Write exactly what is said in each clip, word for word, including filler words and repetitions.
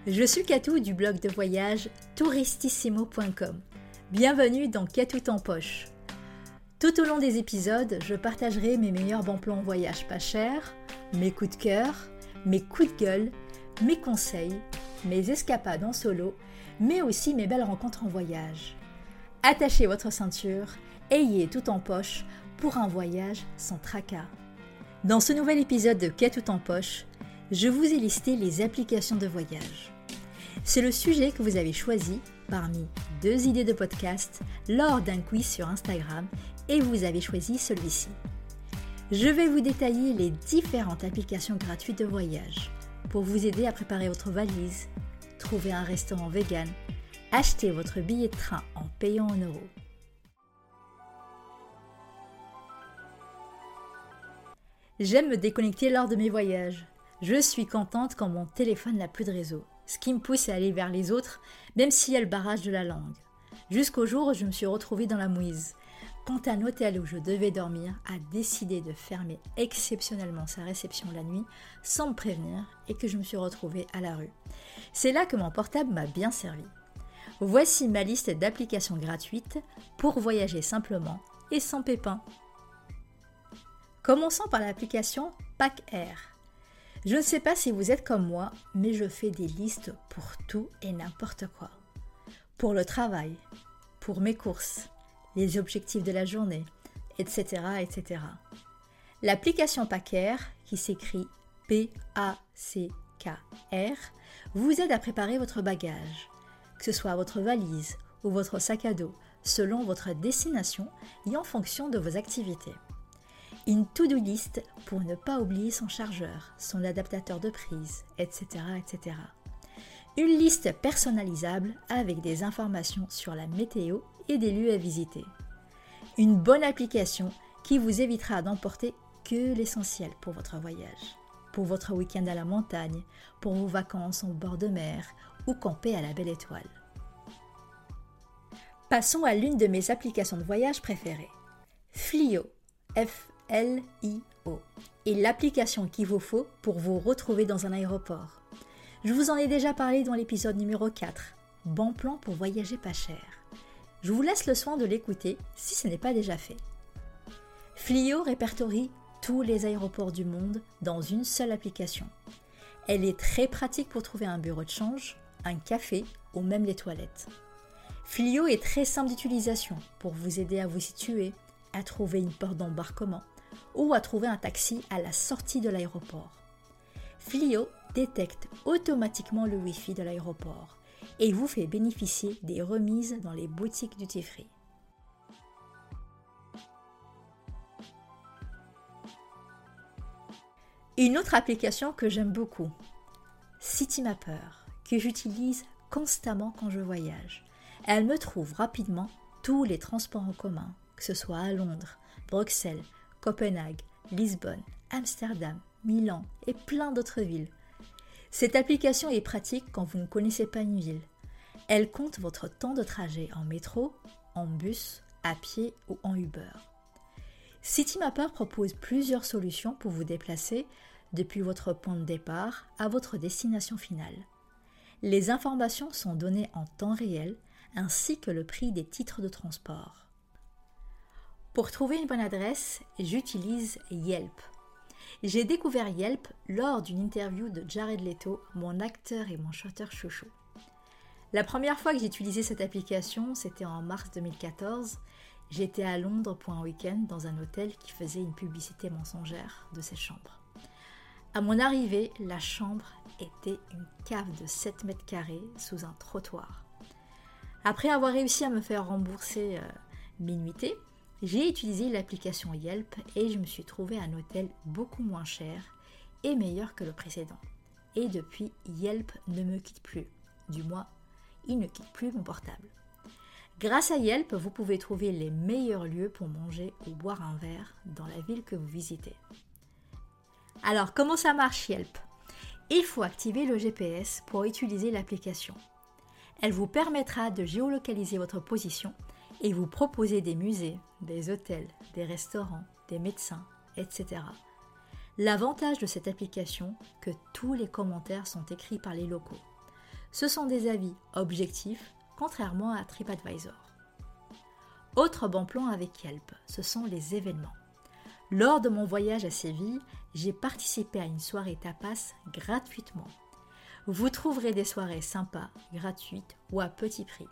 Je suis Katou du blog de voyage touristissimo point com. Bienvenue dans Katou en poche. Tout au long des épisodes, je partagerai mes meilleurs bons plans voyage pas cher, mes coups de cœur, mes coups de gueule, mes conseils, mes escapades en solo, mais aussi mes belles rencontres en voyage. Attachez votre ceinture, ayez tout en poche pour un voyage sans tracas. Dans ce nouvel épisode de Katou en poche, je vous ai listé les applications de voyage. C'est le sujet que vous avez choisi parmi deux idées de podcast lors d'un quiz sur Instagram et vous avez choisi celui-ci. Je vais vous détailler les différentes applications gratuites de voyage pour vous aider à préparer votre valise, trouver un restaurant vegan, acheter votre billet de train en payant en euros. J'aime me déconnecter lors de mes voyages. Je suis contente quand mon téléphone n'a plus de réseau, ce qui me pousse à aller vers les autres, même s'il y a le barrage de la langue. Jusqu'au jour où je me suis retrouvée dans la mouise, quand un hôtel où je devais dormir a décidé de fermer exceptionnellement sa réception la nuit sans me prévenir et que je me suis retrouvée à la rue. C'est là que mon portable m'a bien servi. Voici ma liste d'applications gratuites pour voyager simplement et sans pépin. Commençons par l'application PackAir. Je ne sais pas si vous êtes comme moi, mais je fais des listes pour tout et n'importe quoi. Pour le travail, pour mes courses, les objectifs de la journée, et cetera et cetera. L'application PackAir, qui s'écrit P A C K R, vous aide à préparer votre bagage, que ce soit votre valise ou votre sac à dos, selon votre destination et en fonction de vos activités. Une to-do list pour ne pas oublier son chargeur, son adaptateur de prise, et cetera et cetera. Une liste personnalisable avec des informations sur la météo et des lieux à visiter. Une bonne application qui vous évitera d'emporter que l'essentiel pour votre voyage, pour votre week-end à la montagne, pour vos vacances au bord de mer ou camper à la belle étoile. Passons à l'une de mes applications de voyage préférées. Flio, F L I O, est l'application qu'il vous faut pour vous retrouver dans un aéroport. Je vous en ai déjà parlé dans l'épisode numéro quatre, Bon plan pour voyager pas cher. Je vous laisse le soin de l'écouter si ce n'est pas déjà fait. Flio répertorie tous les aéroports du monde dans une seule application. Elle est très pratique pour trouver un bureau de change, un café ou même les toilettes. Flio est très simple d'utilisation pour vous aider à vous situer, à trouver une porte d'embarquement ou à trouver un taxi à la sortie de l'aéroport. Flio détecte automatiquement le Wi-Fi de l'aéroport et vous fait bénéficier des remises dans les boutiques duty free. Une autre application que j'aime beaucoup, Citymapper, que j'utilise constamment quand je voyage. Elle me trouve rapidement tous les transports en commun, que ce soit à Londres, Bruxelles, Copenhague, Lisbonne, Amsterdam, Milan et plein d'autres villes. Cette application est pratique quand vous ne connaissez pas une ville. Elle compte votre temps de trajet en métro, en bus, à pied ou en Uber. Citymapper propose plusieurs solutions pour vous déplacer depuis votre point de départ à votre destination finale. Les informations sont données en temps réel ainsi que le prix des titres de transport. Pour trouver une bonne adresse, j'utilise Yelp. J'ai découvert Yelp lors d'une interview de Jared Leto, mon acteur et mon chanteur chouchou. La première fois que j'ai utilisé cette application, c'était en mars deux mille quatorze. J'étais à Londres pour un week-end dans un hôtel qui faisait une publicité mensongère de ses chambres. À mon arrivée, la chambre était une cave de sept mètres carrés sous un trottoir. Après avoir réussi à me faire rembourser euh, mes nuitées, j'ai utilisé l'application Yelp et je me suis trouvé un hôtel beaucoup moins cher et meilleur que le précédent. Et depuis, Yelp ne me quitte plus. Du moins, il ne quitte plus mon portable. Grâce à Yelp, vous pouvez trouver les meilleurs lieux pour manger ou boire un verre dans la ville que vous visitez. Alors, comment ça marche Yelp ? Il faut activer le G P S pour utiliser l'application. Elle vous permettra de géolocaliser votre position et vous proposer des musées, des hôtels, des restaurants, des médecins, et cetera. L'avantage de cette application, que tous les commentaires sont écrits par les locaux. Ce sont des avis objectifs, contrairement à TripAdvisor. Autre bon plan avec Yelp, ce sont les événements. Lors de mon voyage à Séville, j'ai participé à une soirée tapas gratuitement. Vous trouverez des soirées sympas, gratuites ou à petit prix.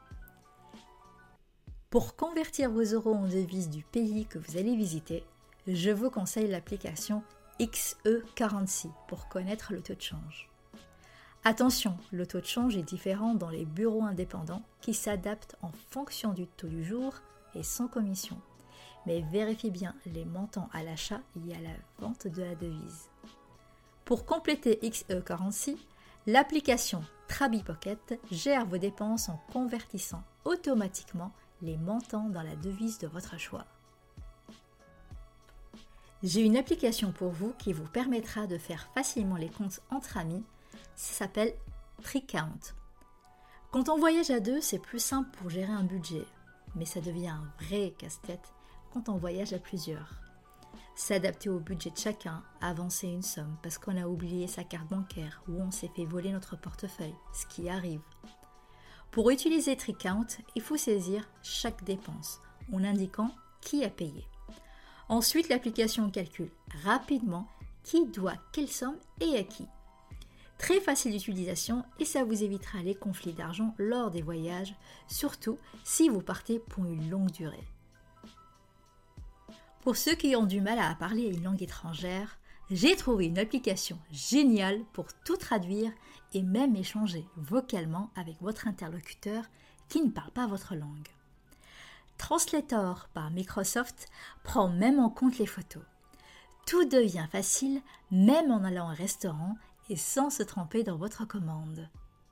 Pour convertir vos euros en devises du pays que vous allez visiter, je vous conseille l'application X E quarante-six pour connaître le taux de change. Attention, le taux de change est différent dans les bureaux indépendants qui s'adaptent en fonction du taux du jour et sans commission. Mais vérifiez bien les montants à l'achat et à la vente de la devise. Pour compléter X E quarante-six, l'application Trabi Pocket gère vos dépenses en convertissant automatiquement les montants dans la devise de votre choix. J'ai une application pour vous qui vous permettra de faire facilement les comptes entre amis. Ça s'appelle TriCount. Quand on voyage à deux, c'est plus simple pour gérer un budget, mais ça devient un vrai casse-tête quand on voyage à plusieurs. S'adapter au budget de chacun, avancer une somme parce qu'on a oublié sa carte bancaire ou on s'est fait voler notre portefeuille, ce qui arrive. Pour utiliser TriCount, il faut saisir chaque dépense en indiquant qui a payé. Ensuite, l'application calcule rapidement qui doit quelle somme et à qui. Très facile d'utilisation et ça vous évitera les conflits d'argent lors des voyages, surtout si vous partez pour une longue durée. Pour ceux qui ont du mal à parler une langue étrangère, j'ai trouvé une application géniale pour tout traduire et même échanger vocalement avec votre interlocuteur qui ne parle pas votre langue. Translator par Microsoft prend même en compte les photos. Tout devient facile même en allant au restaurant et sans se tromper dans votre commande.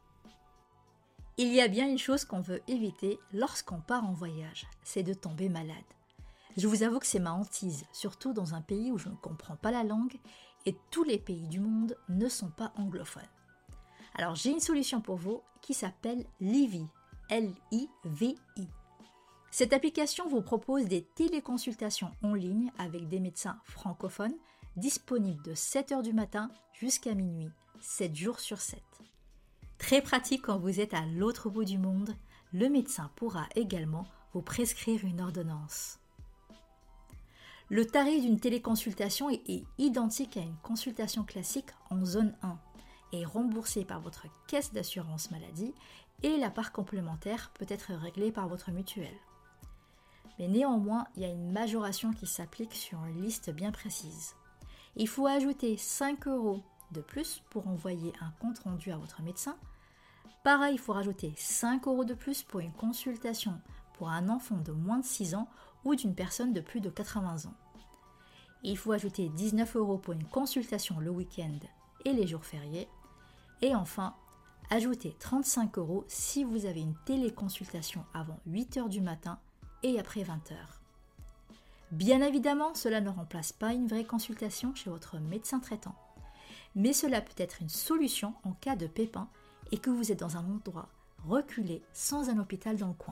Il y a bien une chose qu'on veut éviter lorsqu'on part en voyage, c'est de tomber malade. Je vous avoue que c'est ma hantise, surtout dans un pays où je ne comprends pas la langue et tous les pays du monde ne sont pas anglophones. Alors j'ai une solution pour vous qui s'appelle Livy, L I V I. Cette application vous propose des téléconsultations en ligne avec des médecins francophones disponibles de sept heures du matin jusqu'à minuit, sept jours sur sept. Très pratique quand vous êtes à l'autre bout du monde, le médecin pourra également vous prescrire une ordonnance. Le tarif d'une téléconsultation est identique à une consultation classique en zone un et remboursé par votre caisse d'assurance maladie et la part complémentaire peut être réglée par votre mutuelle. Mais néanmoins, il y a une majoration qui s'applique sur une liste bien précise. Il faut ajouter cinq euros de plus pour envoyer un compte rendu à votre médecin. Pareil, il faut rajouter cinq euros de plus pour une consultation pour un enfant de moins de six ans ou d'une personne de plus de quatre-vingts ans. Il faut ajouter dix-neuf euros pour une consultation le week-end et les jours fériés. Et enfin, ajouter trente-cinq euros si vous avez une téléconsultation avant huit heures du matin et après vingt heures. Bien évidemment, cela ne remplace pas une vraie consultation chez votre médecin traitant, mais cela peut être une solution en cas de pépin et que vous êtes dans un endroit reculé sans un hôpital dans le coin.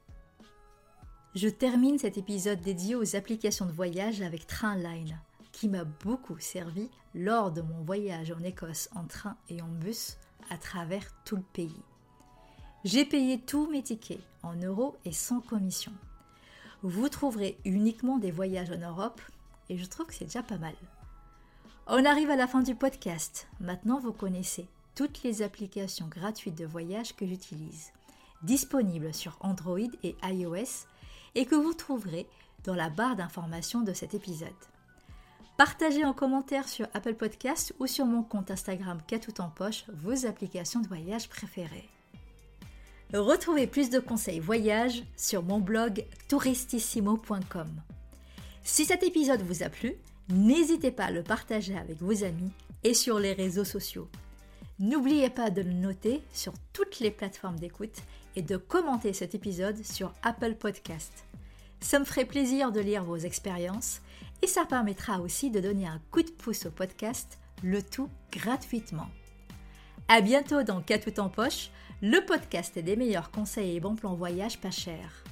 Je termine cet épisode dédié aux applications de voyage avec Trainline, qui m'a beaucoup servi lors de mon voyage en Écosse en train et en bus à travers tout le pays. J'ai payé tous mes tickets en euros et sans commission. Vous trouverez uniquement des voyages en Europe et je trouve que c'est déjà pas mal. On arrive à la fin du podcast. Maintenant, vous connaissez toutes les applications gratuites de voyage que j'utilise, disponibles sur Android et iOS et que vous trouverez dans la barre d'informations de cet épisode. Partagez en commentaire sur Apple Podcasts ou sur mon compte Instagram Catout en poche vos applications de voyage préférées. Retrouvez plus de conseils voyage sur mon blog touristissimo point com. Si cet épisode vous a plu, n'hésitez pas à le partager avec vos amis et sur les réseaux sociaux. N'oubliez pas de le noter sur toutes les plateformes d'écoute et de commenter cet épisode sur Apple Podcasts. Ça me ferait plaisir de lire vos expériences et ça permettra aussi de donner un coup de pouce au podcast, le tout gratuitement. À bientôt dans Catout en poche, le podcast des meilleurs conseils et bons plans voyage pas chers.